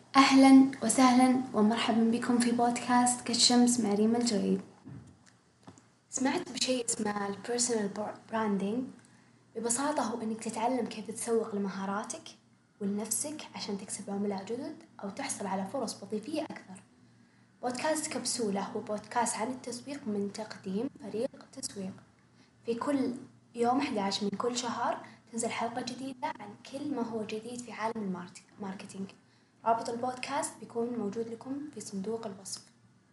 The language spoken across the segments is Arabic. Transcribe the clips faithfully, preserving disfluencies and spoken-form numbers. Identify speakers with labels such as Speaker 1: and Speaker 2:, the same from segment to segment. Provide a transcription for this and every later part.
Speaker 1: أهلا وسهلا ومرحبا بكم في بودكاست كالشمس مع ريم الجريد. سمعت بشيء اسمه البيرسونال براندينج. ببساطة هو أنك تتعلم كيف تسوق لمهاراتك ولنفسك عشان تكسب عملاء جدد أو تحصل على فرص وظيفية أكثر. بودكاست كبسولة هو بودكاست عن التسويق من تقديم فريق تسويق. في كل يوم أحد عشر من كل شهر تنزل حلقة جديدة عن كل ما هو جديد في عالم الماركتينج. رابط البودكاست بيكون موجود لكم في صندوق الوصف.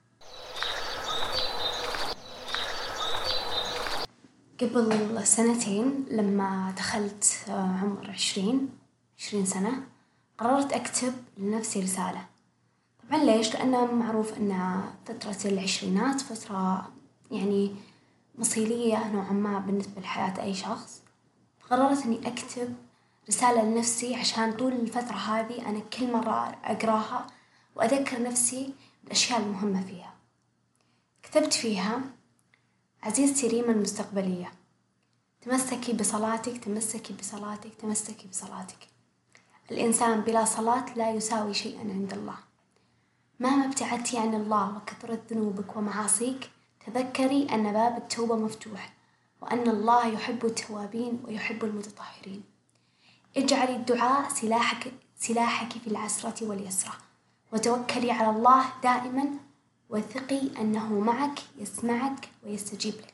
Speaker 1: قبل سنتين لما دخلت عمر عشرين عشرين سنة قررت أكتب لنفسي رسالة. طبعا ليش؟ لأنه معروف أن فترة العشرينات فترة يعني مصيرية نوعا ما بالنسبة لحياة أي شخص. قررت أني أكتب رسالة لنفسي عشان طول الفترة هذه أنا كل مرة أقراها وأذكر نفسي بالأشياء المهمة فيها. كتبت فيها: عزيزتي ريما المستقبلية، تمسكي بصلاتك تمسكي بصلاتك تمسكي بصلاتك. الإنسان بلا صلاة لا يساوي شيئا عند الله. مهما ابتعدتي عن الله وكثرت ذنوبك ومعاصيك تذكري أن باب التوبة مفتوح، وأن الله يحب التوابين ويحب المتطهرين. اجعلي الدعاء سلاحك, سلاحك في العسرة واليسرة، وتوكلي على الله دائما، وثقي أنه معك يسمعك ويستجيب لك.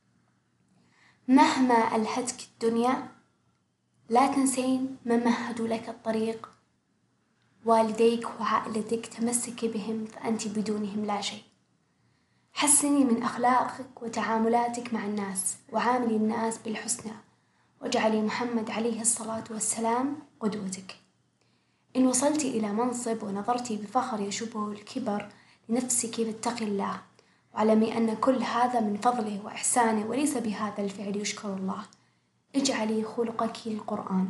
Speaker 1: مهما ألهتك الدنيا لا تنسين من مهدوا لك الطريق، والديك وعائلتك تمسكي بهم فأنت بدونهم لا شيء. حسني من أخلاقك وتعاملاتك مع الناس، وعاملي الناس بالحسنى، واجعلي محمد عليه الصلاة والسلام قدوتك. إن وصلت إلى منصب ونظرت بفخر يشبه الكبر لنفسك فاتقي الله، واعلمي أن كل هذا من فضله وإحسانه، وليس بهذا الفعل يشكر الله. اجعلي خلقك القرآن.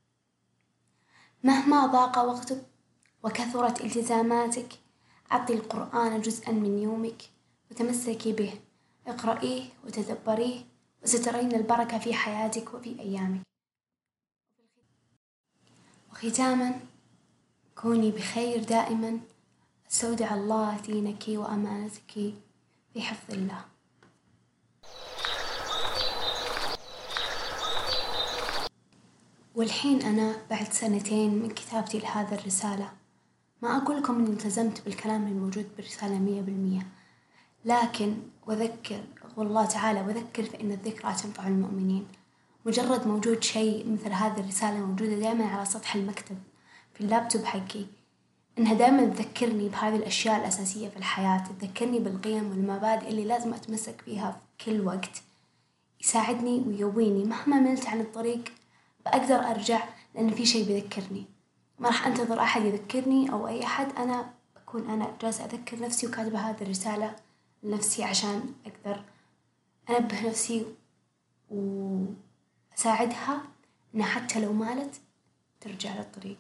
Speaker 1: مهما ضاق وقتك وكثرت التزاماتك أعطي القرآن جزءا من يومك وتمسكي به. اقرأيه وتدبريه وسترين البركة في حياتك وفي أيامك. وختاما، كوني بخير دائما. استودع الله دينك وأمانتك في حفظ الله. والحين أنا بعد سنتين من كتابتي لهذا الرسالة، ما أقول لكم أني التزمت بالكلام الموجود بالرسالة مية بالمية، لكن وذكر والله تعالى وذكر فإن الذكرى تنفع المؤمنين. مجرد موجود شيء مثل هذه الرسالة موجودة دائما على سطح المكتب في اللابتوب حقي، إنها دائما تذكرني بهذه الأشياء الأساسية في الحياة، تذكرني بالقيم والمبادئ اللي لازم أتمسك فيها في كل وقت، يساعدني ويقويني مهما ملت عن الطريق بأقدر أرجع، لأن في شيء بيذكرني. ما راح أنتظر أحد يذكرني أو أي أحد، أنا بكون أنا جالسة أذكر نفسي وكاتبة هذه الرسالة لنفسي عشان أقدر أنبه نفسي وأساعدها إنها حتى لو مالت ترجع للطريق.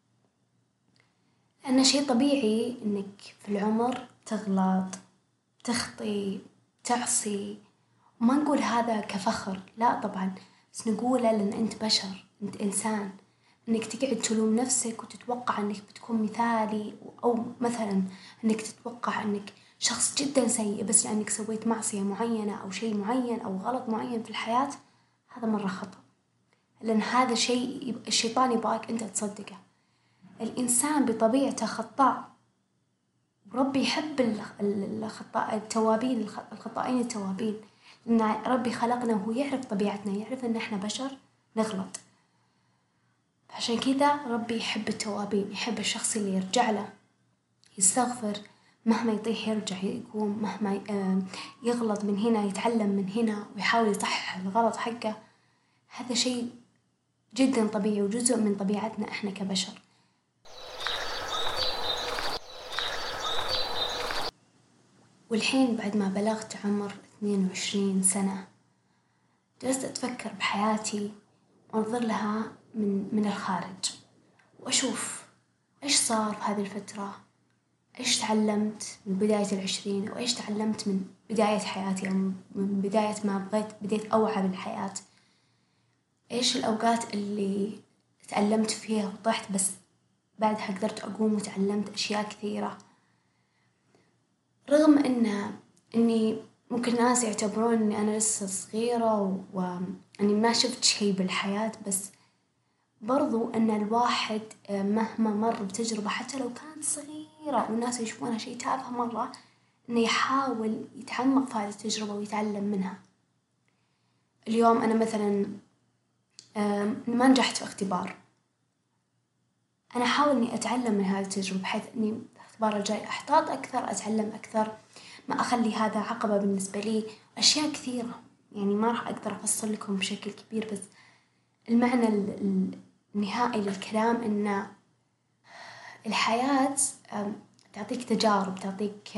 Speaker 1: لأن شيء طبيعي إنك في العمر تغلط، تخطي، تعصي، وما نقول هذا كفخر، لا طبعا، بس نقوله لأن أنت بشر، أنت إنسان. إنك تقعد تلوم نفسك وتتوقع إنك بتكون مثالي، أو مثلا إنك تتوقع إنك شخص جدا سيء بس لأنك سويت معصية معينة أو شيء معين أو غلط معين في الحياة، هذا مرة خطأ. لأن هذا شيء الشيطان يبغاك أنت تصدقه. الإنسان بطبيعته خطاء، وربي يحب الخطاء التوابين الخطائين التوابين، لأن ربي خلقنا وهو يعرف طبيعتنا، يعرف إن إحنا بشر نغلط. عشان كذا ربي يحب التوابين، يحب الشخص اللي يرجع له يستغفر، مهما يطيح يرجع يقوم، مهما يغلط من هنا يتعلم من هنا ويحاول يصحح الغلط حقه. هذا شيء جدا طبيعي وجزء من طبيعتنا إحنا كبشر. والحين بعد ما بلغت عمر اثنين وعشرين سنة جلست أتفكر بحياتي وأنظر لها من من الخارج، وأشوف إيش صار في هذه الفترة، إيش تعلمت من بداية العشرين، وإيش تعلمت من بداية حياتي أو من بداية ما بغيت بديت أوعى بالحياة. إيش الأوقات اللي تعلمت فيها وطحت بس بعدها قدرت أقوم وتعلمت أشياء كثيرة، رغم إن إني ممكن ناس يعتبرون إني أنا لسه صغيرة وإني ما شفت شي بالحياة، بس برضو إن الواحد مهما مر بتجربة حتى لو كانت صغيرة والناس يشوفونها شي تافه مرة، إنه يحاول يتعمق في هذه التجربة ويتعلم منها. اليوم أنا مثلاً ما نجحت في اختبار، أنا أحاول إني أتعلم من هذه التجربة بحيث إني الاختبار الجاي أحتاط أكثر، أتعلم أكثر، ما أخلي هذا عقبة بالنسبة لي. أشياء كثيرة يعني ما راح أقدر أفصل لكم بشكل كبير، بس المعنى النهائي للكلام إن الحياة تعطيك تجارب، تعطيك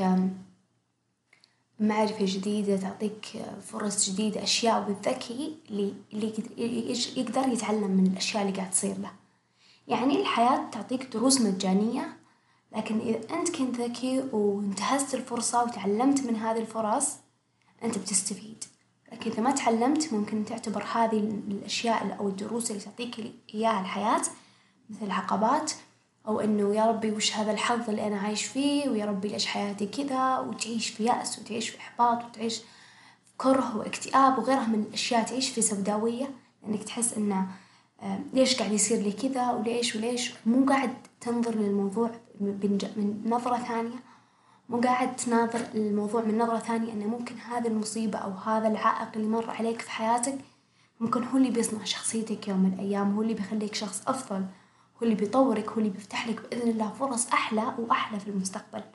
Speaker 1: معرفة جديدة، تعطيك فرص جديدة، أشياء، والذكي اللي اللي يقدر يتعلم من الأشياء اللي قاعد تصير له. يعني الحياة تعطيك دروس مجانية، لكن إذا أنت كنت ذكي وانتهزت الفرصة وتعلمت من هذه الفرص أنت بتستفيد. لكن إذا ما تعلمت ممكن تعتبر هذه الأشياء أو الدروس اللي تعطيك إياها الحياة مثل عقبات، أو إنه يا ربي وش هذا الحظ اللي أنا عايش فيه، ويا ربي ليش حياتي كذا، وتعيش في يأس وتعيش في إحباط وتعيش في كره واكتئاب وغيرها من الأشياء، تعيش في سوداوية لأنك تحس إنه ليش قاعد يصير لي كذا وليش وليش، مو قاعد تنظر للموضوع من نظرة ثانية، مو قاعد تناظر الموضوع من نظرة ثانية أنه ممكن هذه المصيبة أو هذا العائق اللي مر عليك في حياتك ممكن هو اللي بيصنع شخصيتك يوم من الأيام، هو اللي بيخليك شخص أفضل، هو اللي بيطورك، هو اللي بيفتح لك بإذن الله فرص أحلى وأحلى في المستقبل.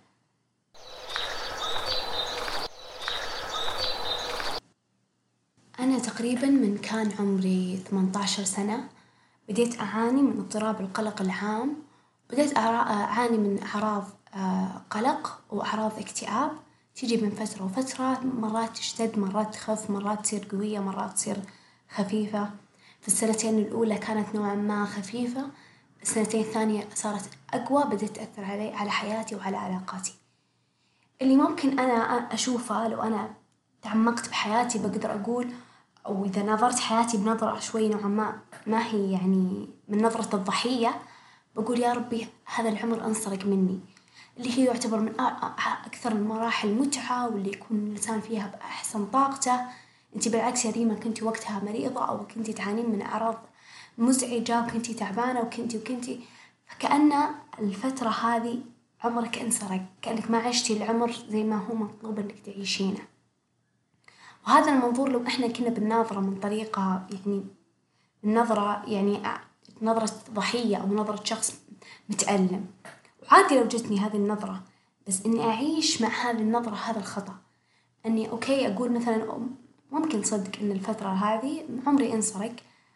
Speaker 1: أنا تقريباً من كان عمري ثمانية عشر سنة بديت أعاني من اضطراب القلق العام، بديت أعاني من أعراض قلق وأعراض اكتئاب تيجي من فترة وفترة، مرات تشتد، مرات تخف، مرات تصير قوية، مرات تصير خفيفة. في السنتين الأولى كانت نوعاً ما خفيفة، السنتين الثانية صارت أقوى، بدأت تأثر علي على حياتي وعلى علاقاتي. اللي ممكن أنا أشوفه لو أنا تعمقت بحياتي بقدر أقول، أو إذا نظرت حياتي بنظرة شوي نوعاً ما ما هي يعني من نظرة الضحية، بقول يا ربي هذا العمر انسرق مني، اللي هي يعتبر من أكثر المراحل متعة واللي يكون الإنسان فيها بأحسن طاقته. أنت بالعكس يا ريما كنتي وقتها مريضة أو كنتي تعانين من أعراض مزعجة وكنتي تعبانة وكنتي وكنتي فكأن الفترة هذه عمرك انسرق، كأنك ما عشتي العمر زي ما هو مطلوب أنك تعيشينه. وهذا المنظور لو إحنا كنا بالناظرة من طريقة يعني النظرة يعني نظرة ضحية أو نظرة شخص متألم، وعادي لو جتني هذه النظرة، بس إني أعيش مع هذه النظرة هذا الخطأ. أني أوكي أقول مثلاً ممكن صدق إن الفترة هذه عمري انسرق،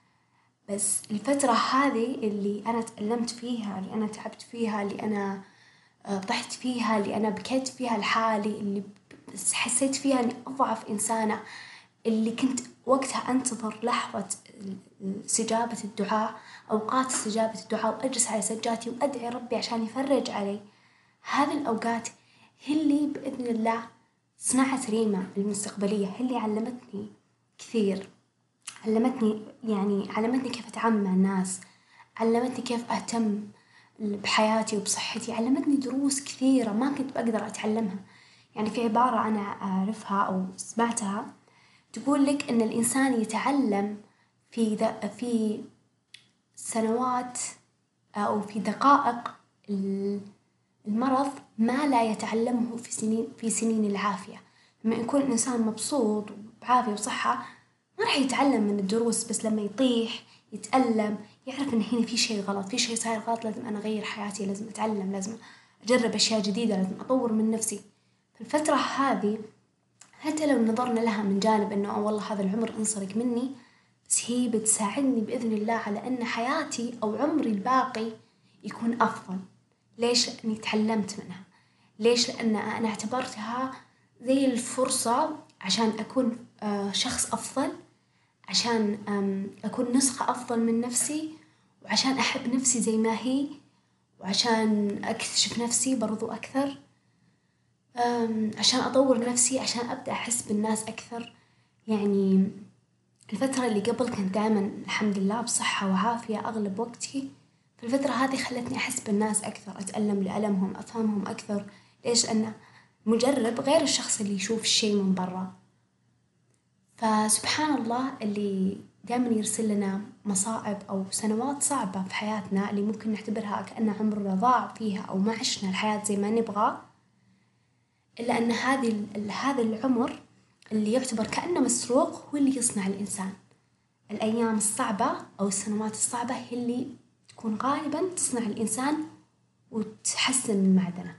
Speaker 1: بس الفترة هذه اللي أنا تألمت فيها، اللي أنا تعبت فيها، اللي أنا طحت فيها، اللي أنا بكيت فيها لحالي، اللي حسيت فيها إني أضعف إنسانة، اللي كنت وقتها أنتظر لحظة استجابة الدعاء، أوقات استجابة الدعاء، وأجلس على سجاتي وأدعي ربي عشان يفرج علي. هذه الأوقات هي اللي بإذن الله صنعت ريما المستقبلية، هي اللي علمتني كثير، علمتني يعني علمتني كيف أتعامل مع الناس، علمتني كيف أهتم بحياتي وبصحتي، علمتني دروس كثيرة ما كنت بقدر أتعلمها. يعني في عبارة أنا أعرفها أو سمعتها تقول لك إن الإنسان يتعلم في ذا في سنوات أو في دقائق المرض ما لا يتعلمه في سنين في سنين العافية. لما يكون الإنسان مبسوط وبعافية وصحة ما راح يتعلم من الدروس، بس لما يطيح يتألم يعرف إن هنا في شيء غلط، في شيء صاير غلط، لازم أنا أغير حياتي، لازم أتعلم، لازم أجرب أشياء جديدة، لازم أطور من نفسي. في الفترة هذه حتى لو نظرنا لها من جانب إنه والله هذا العمر انسرق مني، بس هي بتساعدني بإذن الله على أن حياتي أو عمري الباقي يكون أفضل. ليش؟ لأني تعلمت منها. ليش؟ لأن أنا اعتبرتها زي الفرصة عشان أكون شخص أفضل، عشان أكون نسخة أفضل من نفسي، وعشان أحب نفسي زي ما هي، وعشان أكتشف نفسي برضو أكثر، عشان أطور نفسي، عشان أبدأ أحس بالناس أكثر. يعني الفترة اللي قبل كنت دائما الحمد لله بصحة وعافية أغلب وقتي، فالفترة هذه خلتني أحس بالناس أكثر، أتألم لألمهم، أفهمهم أكثر. ليش؟ لأنه مجرب غير الشخص اللي يشوف الشيء من برا. فسبحان الله اللي دائما يرسل لنا مصاعب أو سنوات صعبة في حياتنا اللي ممكن نعتبرها كأن عمرنا ضاع فيها أو ما عشنا الحياة زي ما نبغى، إلا أن هذه هذا العمر اللي يعتبر كأنه مسروق هو اللي يصنع الإنسان. الأيام الصعبة أو السنوات الصعبة هي اللي تكون غالبا تصنع الإنسان وتحسن من معدنه.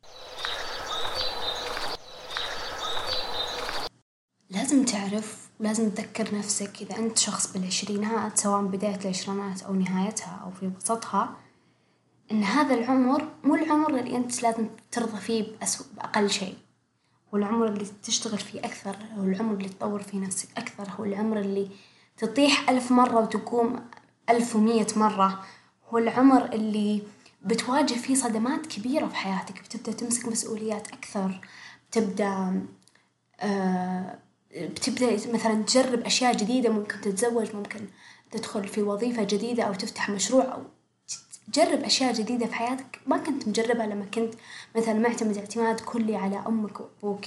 Speaker 1: لازم تعرف ولازم تذكر نفسك إذا أنت شخص بالعشرينات، سواء بداية العشرينات أو نهايتها أو في وسطها، إن هذا العمر مو العمر اللي أنت لازم ترضى فيه بأسوأ بأقل شيء. هو العمر اللي تشتغل فيه أكثر، هو العمر اللي تطور فيه نفسك أكثر، هو العمر اللي تطيح ألف مرة وتقوم ألف ومية مرة، هو العمر اللي بتواجه فيه صدمات كبيرة في حياتك، بتبدأ تمسك مسؤوليات أكثر، بتبدأ آه بتبدأ مثلا تجرب أشياء جديدة، ممكن تتزوج، ممكن تدخل في وظيفة جديدة أو تفتح مشروع أو تجرب أشياء جديدة في حياتك ما كنت مجربها لما كنت مثلا معتمد اعتماد كلي على أمك وأبوك.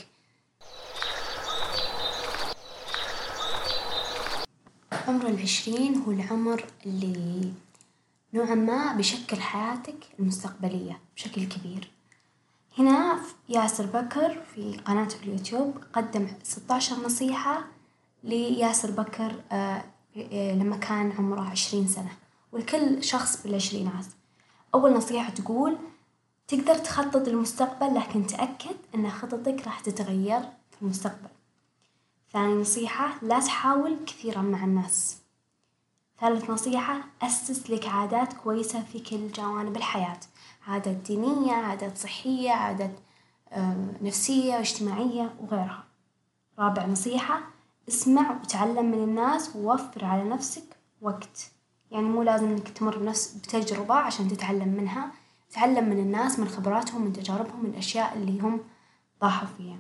Speaker 1: عمر العشرين هو العمر اللي نوعا ما بيشكل حياتك المستقبلية بشكل كبير. هنا ياسر بكر في قناته في اليوتيوب قدم ستة عشر نصيحة لياسر بكر آه لما كان عمره عشرين سنة، والكل شخص بالعشرينات. أول نصيحة تقول تقدر تخطط للمستقبل، لكن تأكد أن خططك راح تتغير في المستقبل. ثاني نصيحة لا تحاول كثيرا مع الناس. ثالث نصيحة أسس لك عادات كويسة في كل جوانب الحياة، عادات دينية، عادات صحية، عادات نفسية واجتماعية وغيرها. رابع نصيحة اسمع وتعلم من الناس ووفر على نفسك وقت، يعني مو لازم انك تمر بنفس بتجربة عشان تتعلم منها، تعلم من الناس، من خبراتهم، من تجاربهم، من الأشياء اللي هم ضاحوا فيها.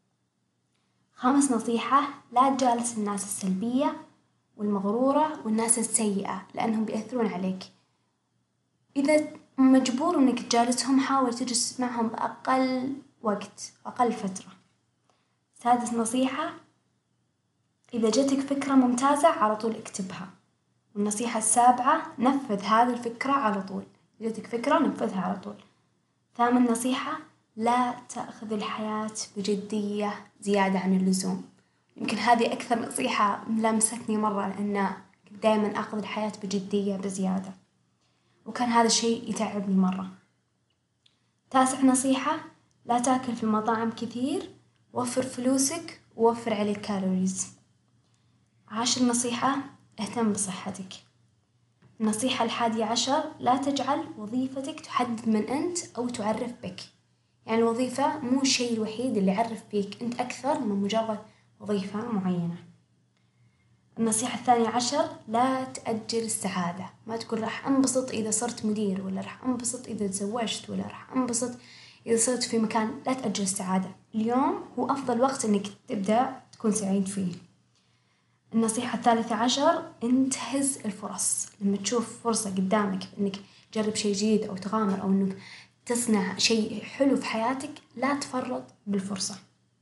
Speaker 1: خامس نصيحة لا تجالس الناس السلبية والمغرورة والناس السيئة، لأنهم بيأثرون عليك. إذا مجبور إنك تجالسهم حاول تجلس معهم بأقل وقت، أقل فترة. سادس نصيحة إذا جتك فكرة ممتازة على طول اكتبها. والنصيحة السابعة نفذ هذه الفكرة على طول، جتك فكرة نفذها على طول. ثامن نصيحة لا تأخذ الحياة بجدية زيادة عن اللزوم. يمكن هذه أكثر نصيحة لمستني مرة، لأن دائما أخذ الحياة بجدية بزيادة، وكان هذا الشيء يتعبني مرة. تاسع نصيحة لا تأكل في المطاعم كثير، وفر فلوسك ووفر عليك كالوريز. عاشر نصيحة اهتم بصحتك. النصيحة الحادية عشر لا تجعل وظيفتك تحدد من أنت أو تعرف بك، يعني الوظيفة مو الشيء الوحيد اللي يعرف بيك، أنت أكثر من مجرد وظيفة معينة. النصيحة الثانية عشر لا تأجل السعادة، ما تقول راح أنبسط إذا صرت مدير، ولا راح أنبسط إذا تزوجت، ولا راح أنبسط إذا صرت في مكان. لا تأجل السعادة، اليوم هو أفضل وقت إنك تبدأ تكون سعيد فيه. النصيحة الثالثة عشر انتهز الفرص، لما تشوف فرصة قدامك إنك تجرب شيء جديد أو تغامر أو إنك تصنع شيء حلو في حياتك لا تفرط بالفرصة.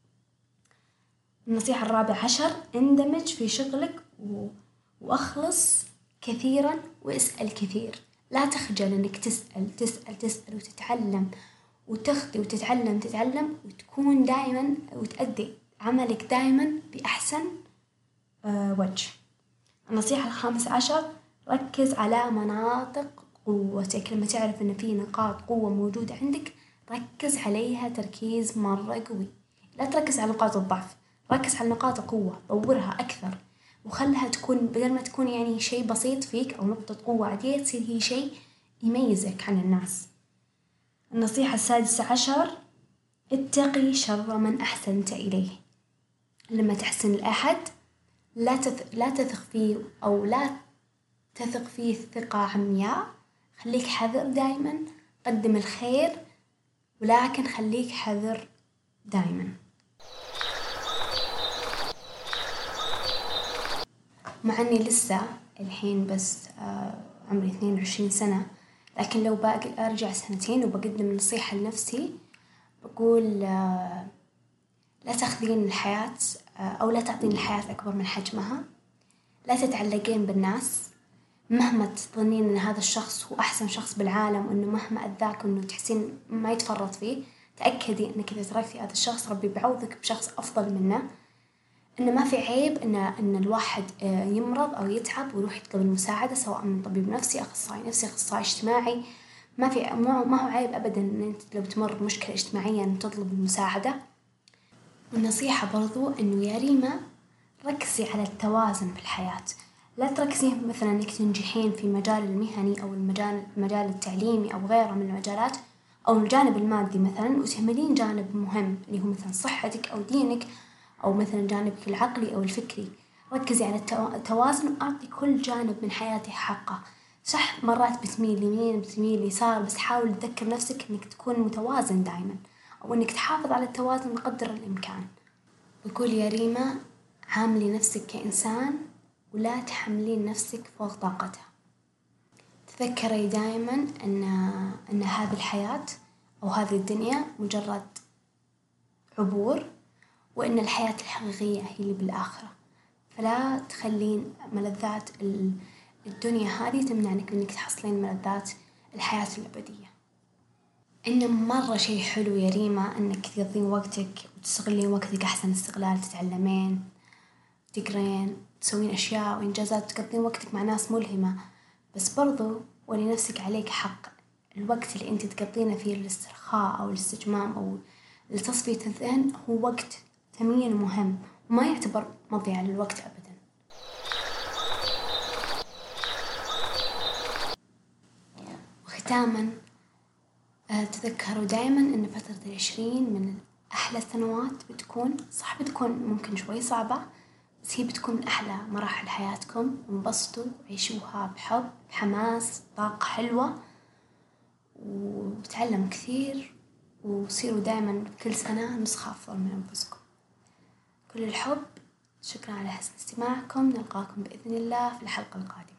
Speaker 1: النصيحة الرابعة عشر اندمج في شغلك و... وأخلص كثيرا واسأل كثير. لا تخجل إنك تسأل تسأل تسأل وتتعلم وتخطي وتتعلم تتعلم وتكون دائما وتأدي عملك دائما بأحسن أه وجه. النصيحة الخامسة عشر ركز على مناطق قوتك. لما تعرف إن في نقاط قوة موجودة عندك ركز عليها تركيز مرة قوي. لا تركز على نقاط الضعف، ركز على نقاط القوة، طورها أكثر وخلها تكون بدل ما تكون يعني شيء بسيط فيك أو نقطة قوة عادية تصير هي شيء يميزك عن الناس. النصيحة السادسة عشر اتقي شر من أحسنت إليه. لما تحسن الأحد لا تث... لا تثق فيه أو لا تثق فيه ثقة عمياء، خليك حذر دائما، قدم الخير ولكن خليك حذر دائما. مع أني لسه الحين بس آه عمري اثنين وعشرين سنة، لكن لو باقي أرجع سنتين وبقدم نصيحة لنفسي بقول آه، لا تاخذين الحياة آه، أو لا تعطين الحياة أكبر من حجمها، لا تتعلقين بالناس مهما تظنين أن هذا الشخص هو أحسن شخص بالعالم، وأنه مهما أذاك وأنه تحسين ما يتفرط فيه، تأكدي أنك إذا تركتي هذا الشخص ربي بعوضك بشخص أفضل منه. إنه ما في عيب إن إن الواحد يمرض أو يتعب ويروح يطلب المساعدة، سواء من طبيب نفسي، أخصائي نفسي، أخصائي اجتماعي. ما في ما هو عيب أبدا إن أنت لو تمر بمشكلة اجتماعية إن تطلب المساعدة. والنصيحة برضو إنه يا ريما ركزي على التوازن في الحياة، لا تركزي مثلا إنك تنجحين في مجال المهني أو المجال المجال التعليمي أو غيره من المجالات أو الجانب المادي مثلا، وتهملين جانب مهم اللي هو مثلا صحتك أو دينك أو مثلا جانبك العقلي أو الفكري. ركزي على التوازن وأعطي كل جانب من حياتي حقه. صح مرات بتميل يمين بتميل يسار، بس حاول تذكر نفسك إنك تكون متوازن دائما، أو إنك تحافظ على التوازن بقدر الإمكان. بقول يا ريما عاملي نفسك كإنسان ولا تحملين نفسك فوق طاقتها. تذكري دائما أن أن هذه الحياة أو هذه الدنيا مجرد عبور، وإن الحياة الحقيقية هي اللي بالآخرة. فلا تخلين ملذات الدنيا هذه تمنعنك إنك تحصلين ملذات الحياة الأبدية. إنه مرة شيء حلو يا ريما إنك تقضين وقتك وتستغلين وقتك أحسن استغلال، تتعلمين، تقرين، تسوين أشياء وإنجازات، تقضين وقتك مع ناس ملهمة. بس برضو ولنفسك عليك حق. الوقت اللي أنت تقضينه فيه الاسترخاء أو الاستجمام أو لتصفية الذهن هو وقت ثمين مهم وما يعتبر مضيعة للوقت أبدا. وختاما تذكروا دائما أن فترة العشرين من أحلى السنوات بتكون، صح بتكون ممكن شوي صعبة، بس هي بتكون من أحلى مراحل حياتكم. انبسطوا وعيشوها بحب بحماس طاقة حلوة، وتعلموا كثير، وصيروا دائما كل سنة نسخة أفضل من أنفسكم. كل الحب، شكرا على حسن استماعكم، نلقاكم بإذن الله في الحلقة القادمة.